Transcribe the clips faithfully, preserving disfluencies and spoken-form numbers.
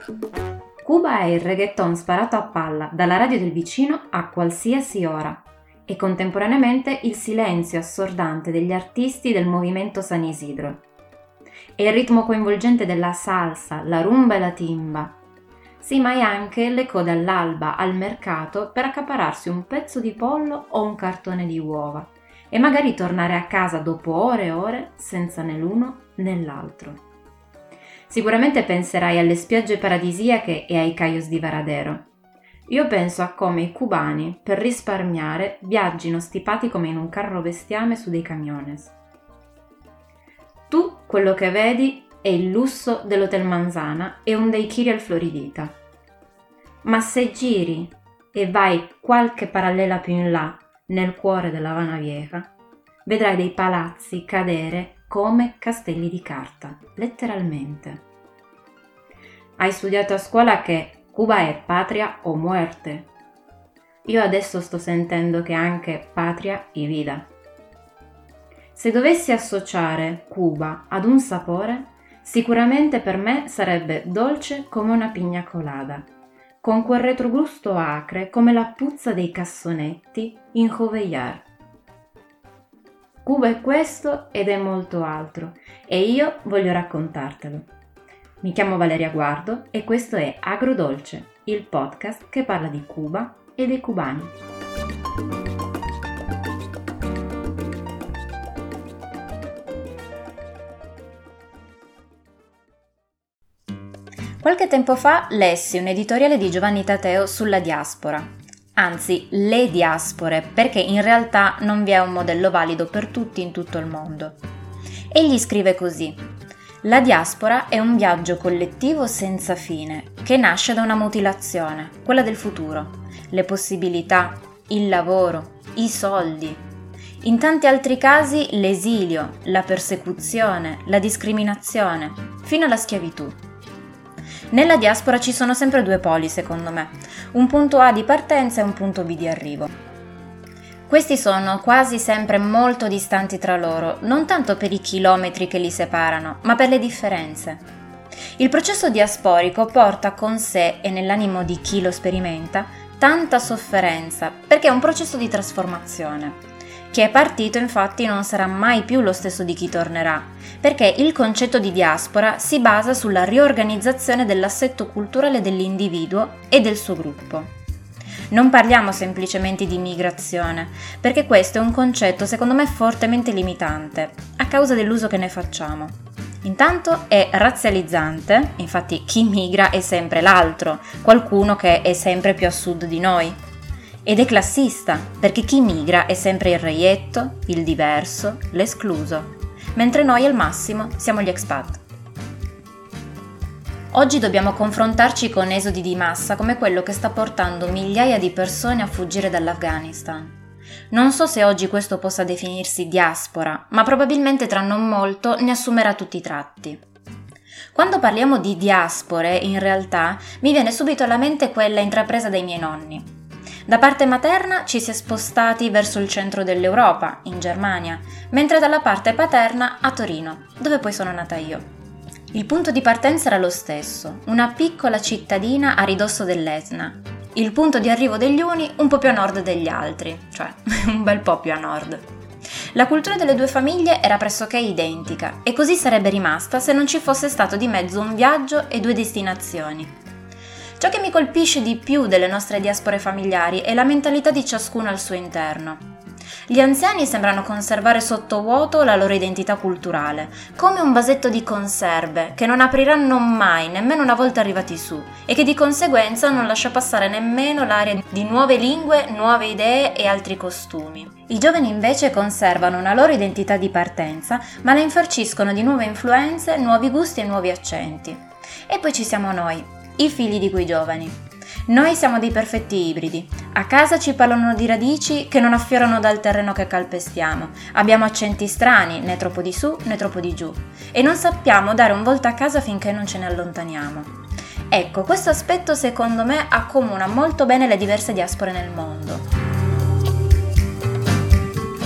Cuba è il reggaeton sparato a palla dalla radio del vicino a qualsiasi ora e contemporaneamente il silenzio assordante degli artisti del movimento San Isidro. È il ritmo coinvolgente della salsa, la rumba e la timba. Sì, ma è anche le code all'alba al mercato per accaparrarsi un pezzo di pollo o un cartone di uova e magari tornare a casa dopo ore e ore senza né l'uno né l'altro. Sicuramente penserai alle spiagge paradisiache e ai cayos di Varadero. Io penso a come i cubani, per risparmiare, viaggino stipati come in un carro bestiame su dei camiones. Tu quello che vedi è il lusso dell'Hotel Manzana e un daiquiri al Floridita. Ma se giri e vai qualche parallela più in là, nel cuore della Habana Vieja, vedrai dei palazzi cadere come castelli di carta, letteralmente. Hai studiato a scuola che Cuba è patria o muerte. Io adesso sto sentendo che è anche patria y vida. Se dovessi associare Cuba ad un sapore, sicuramente per me sarebbe dolce come una pigna colada, con quel retrogusto acre come la puzza dei cassonetti in Jovellar. Cuba è questo ed è molto altro e io voglio raccontartelo. Mi chiamo Valeria Guardo e questo è Agrodolce, il podcast che parla di Cuba e dei cubani. Qualche tempo fa lessi un editoriale di Giovanni Tateo sulla diaspora. Anzi, le diaspore, perché in realtà non vi è un modello valido per tutti in tutto il mondo. Egli scrive così: la diaspora è un viaggio collettivo senza fine, che nasce da una mutilazione, quella del futuro, le possibilità, il lavoro, i soldi. In tanti altri casi l'esilio, la persecuzione, la discriminazione, fino alla schiavitù. Nella diaspora ci sono sempre due poli, secondo me, un punto A di partenza e un punto B di arrivo. Questi sono quasi sempre molto distanti tra loro, non tanto per i chilometri che li separano, ma per le differenze. Il processo diasporico porta con sé, e nell'animo di chi lo sperimenta, tanta sofferenza, perché è un processo di trasformazione. Chi è partito infatti non sarà mai più lo stesso di chi tornerà, perché il concetto di diaspora si basa sulla riorganizzazione dell'assetto culturale dell'individuo e del suo gruppo. Non parliamo semplicemente di migrazione, perché questo è un concetto secondo me fortemente limitante, a causa dell'uso che ne facciamo. Intanto è razzializzante, infatti chi migra è sempre l'altro, qualcuno che è sempre più a sud di noi. Ed è classista, perché chi migra è sempre il reietto, il diverso, l'escluso, mentre noi al massimo siamo gli expat. Oggi dobbiamo confrontarci con esodi di massa come quello che sta portando migliaia di persone a fuggire dall'Afghanistan. Non so se oggi questo possa definirsi diaspora, ma probabilmente tra non molto ne assumerà tutti i tratti. Quando parliamo di diaspore, in realtà, mi viene subito alla mente quella intrapresa dai miei nonni. Da parte materna ci si è spostati verso il centro dell'Europa, in Germania, mentre dalla parte paterna a Torino, dove poi sono nata io. Il punto di partenza era lo stesso, una piccola cittadina a ridosso dell'Etna. Il punto di arrivo degli uni un po' più a nord degli altri, cioè un bel po' più a nord. La cultura delle due famiglie era pressoché identica e così sarebbe rimasta se non ci fosse stato di mezzo un viaggio e due destinazioni. Ciò che mi colpisce di più delle nostre diaspore familiari è la mentalità di ciascuno al suo interno. Gli anziani sembrano conservare sottovuoto la loro identità culturale, come un vasetto di conserve che non apriranno mai nemmeno una volta arrivati su e che di conseguenza non lascia passare nemmeno l'aria di nuove lingue, nuove idee e altri costumi. I giovani invece conservano una loro identità di partenza, ma la infarciscono di nuove influenze, nuovi gusti e nuovi accenti. E poi ci siamo noi, i figli di quei giovani. Noi siamo dei perfetti ibridi. A casa ci parlano di radici che non affiorano dal terreno che calpestiamo. Abbiamo accenti strani, né troppo di su né troppo di giù. E non sappiamo dare un volta a casa finché non ce ne allontaniamo. Ecco, questo aspetto secondo me accomuna molto bene le diverse diaspore nel mondo.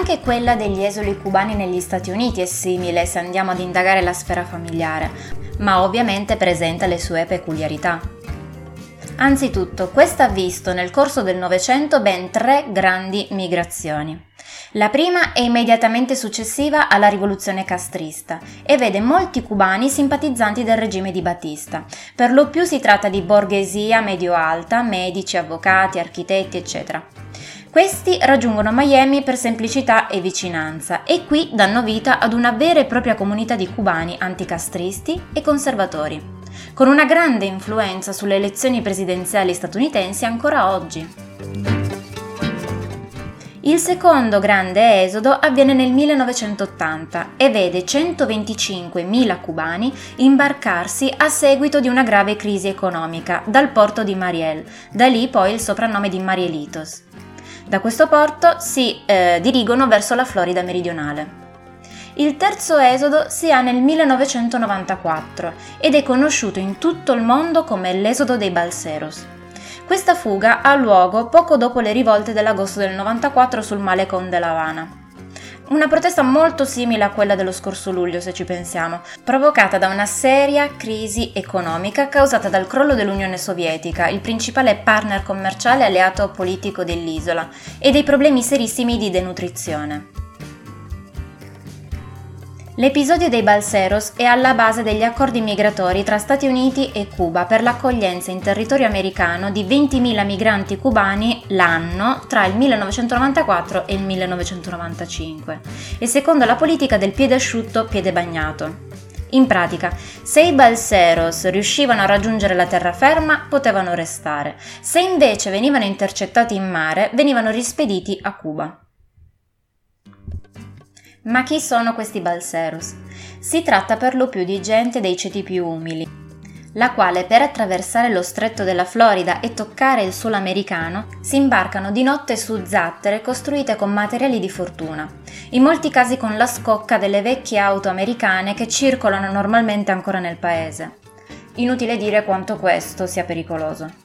Anche quella degli esuli cubani negli Stati Uniti è simile se andiamo ad indagare la sfera familiare, ma ovviamente presenta le sue peculiarità. Anzitutto, questa ha visto nel corso del Novecento ben tre grandi migrazioni. La prima è immediatamente successiva alla rivoluzione castrista e vede molti cubani simpatizzanti del regime di Batista. Per lo più si tratta di borghesia medio-alta, medici, avvocati, architetti, eccetera. Questi raggiungono Miami per semplicità e vicinanza e qui danno vita ad una vera e propria comunità di cubani anticastristi e conservatori, con una grande influenza sulle elezioni presidenziali statunitensi ancora oggi. Il secondo grande esodo avviene nel millenovecentottanta e vede centoventicinquemila cubani imbarcarsi a seguito di una grave crisi economica dal porto di Mariel, da lì poi il soprannome di Marielitos. Da questo porto si eh, dirigono verso la Florida meridionale. Il terzo esodo si ha nel millenovecentonovantaquattro ed è conosciuto in tutto il mondo come l'esodo dei Balseros. Questa fuga ha luogo poco dopo le rivolte dell'agosto del novantaquattro sul Malecón de La Habana. Una protesta molto simile a quella dello scorso luglio, se ci pensiamo, provocata da una seria crisi economica causata dal crollo dell'Unione Sovietica, il principale partner commerciale e alleato politico dell'isola, e dei problemi serissimi di denutrizione. L'episodio dei Balseros è alla base degli accordi migratori tra Stati Uniti e Cuba per l'accoglienza in territorio americano di ventimila migranti cubani l'anno tra il millenovecentonovantaquattro e il millenovecentonovantacinque e secondo la politica del piede asciutto piede bagnato. In pratica, se i Balseros riuscivano a raggiungere la terraferma, potevano restare, se invece venivano intercettati in mare, venivano rispediti a Cuba. Ma chi sono questi Balseros? Si tratta per lo più di gente dei ceti più umili, la quale per attraversare lo stretto della Florida e toccare il suolo americano si imbarcano di notte su zattere costruite con materiali di fortuna, in molti casi con la scocca delle vecchie auto americane che circolano normalmente ancora nel paese. Inutile dire quanto questo sia pericoloso.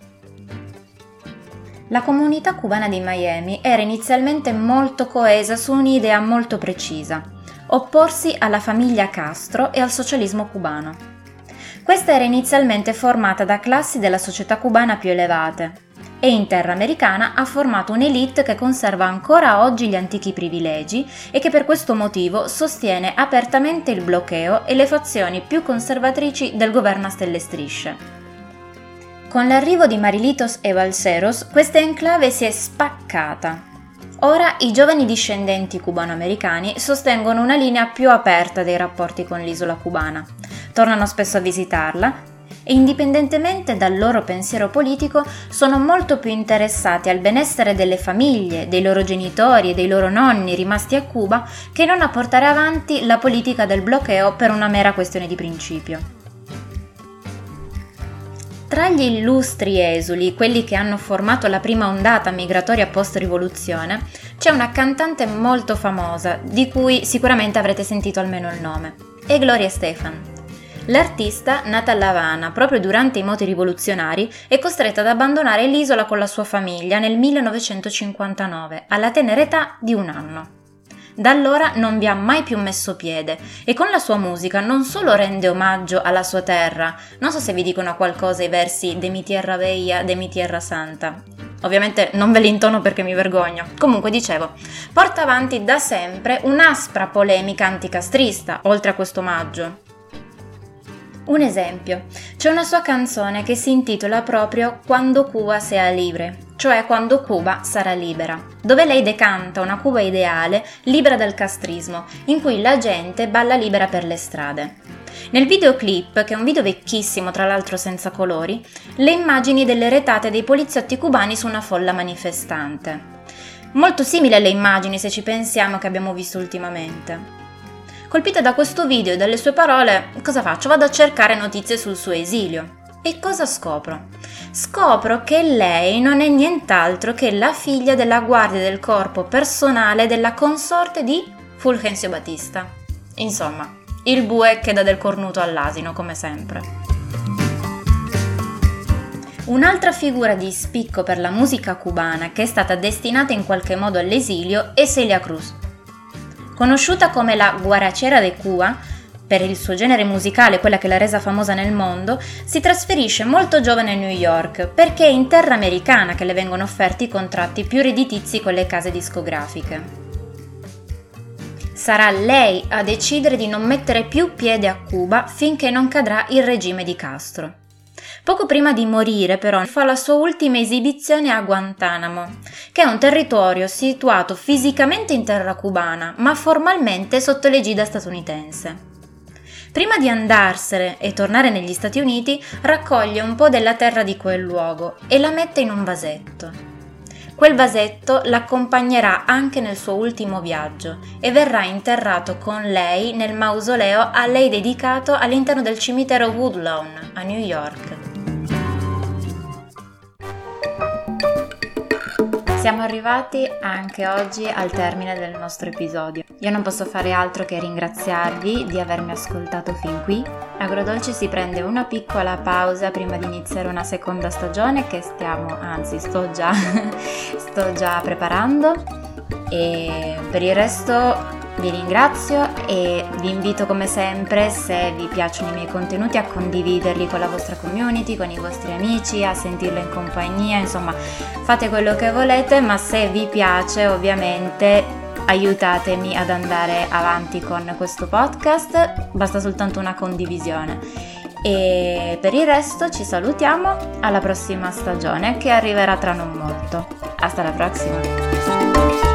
La comunità cubana di Miami era inizialmente molto coesa su un'idea molto precisa: opporsi alla famiglia Castro e al socialismo cubano. Questa era inizialmente formata da classi della società cubana più elevate e in terra americana ha formato un'elite che conserva ancora oggi gli antichi privilegi e che per questo motivo sostiene apertamente il bloqueo e le fazioni più conservatrici del governo a stelle e strisce. Con l'arrivo di Marielitos e Balseros, questa enclave si è spaccata. Ora i giovani discendenti cubano-americani sostengono una linea più aperta dei rapporti con l'isola cubana, tornano spesso a visitarla e indipendentemente dal loro pensiero politico sono molto più interessati al benessere delle famiglie, dei loro genitori e dei loro nonni rimasti a Cuba che non a portare avanti la politica del bloqueo per una mera questione di principio. Tra gli illustri esuli, quelli che hanno formato la prima ondata migratoria post-rivoluzione, c'è una cantante molto famosa, di cui sicuramente avrete sentito almeno il nome, è Gloria Estefan. L'artista, nata a La Habana proprio durante i moti rivoluzionari, è costretta ad abbandonare l'isola con la sua famiglia nel millenovecentocinquantanove, alla tenera età di un anno. Da allora non vi ha mai più messo piede e con la sua musica non solo rende omaggio alla sua terra, non so se vi dicono qualcosa i versi De mi tierra bella, de mi tierra santa. Ovviamente non ve li intono perché mi vergogno. Comunque dicevo, porta avanti da sempre un'aspra polemica anticastrista, oltre a questo omaggio. Un esempio, c'è una sua canzone che si intitola proprio Quando Cuba sea libre, cioè quando Cuba sarà libera, dove lei decanta una Cuba ideale, libera dal castrismo, in cui la gente balla libera per le strade. Nel videoclip, che è un video vecchissimo tra l'altro senza colori, le immagini delle retate dei poliziotti cubani su una folla manifestante. Molto simili alle immagini, se ci pensiamo, che abbiamo visto ultimamente. Colpita da questo video e dalle sue parole, cosa faccio? Vado a cercare notizie sul suo esilio. E cosa scopro? Scopro che lei non è nient'altro che la figlia della guardia del corpo personale della consorte di Fulgencio Batista. Insomma, il bue che dà del cornuto all'asino, come sempre. Un'altra figura di spicco per la musica cubana che è stata destinata in qualche modo all'esilio è Celia Cruz. Conosciuta come la guarachera de Cuba, per il suo genere musicale, quella che l'ha resa famosa nel mondo, si trasferisce molto giovane a New York perché è in terra americana che le vengono offerti i contratti più redditizi con le case discografiche. Sarà lei a decidere di non mettere più piede a Cuba finché non cadrà il regime di Castro. Poco prima di morire, però, fa la sua ultima esibizione a Guantanamo, che è un territorio situato fisicamente in terra cubana, ma formalmente sotto l'egida statunitense. Prima di andarsene e tornare negli Stati Uniti, raccoglie un po' della terra di quel luogo e la mette in un vasetto. Quel vasetto l'accompagnerà anche nel suo ultimo viaggio e verrà interrato con lei nel mausoleo a lei dedicato all'interno del cimitero Woodlawn a New York. Siamo arrivati anche oggi al termine del nostro episodio. Io non posso fare altro che ringraziarvi di avermi ascoltato fin qui. Agrodolce si prende una piccola pausa prima di iniziare una seconda stagione che stiamo, anzi sto già, sto già preparando, e per il resto vi ringrazio e vi invito come sempre, se vi piacciono i miei contenuti, a condividerli con la vostra community, con i vostri amici, a sentirlo in compagnia, insomma fate quello che volete, ma se vi piace ovviamente aiutatemi ad andare avanti con questo podcast, basta soltanto una condivisione. E per il resto ci salutiamo, alla prossima stagione che arriverà tra non molto. Hasta la prossima!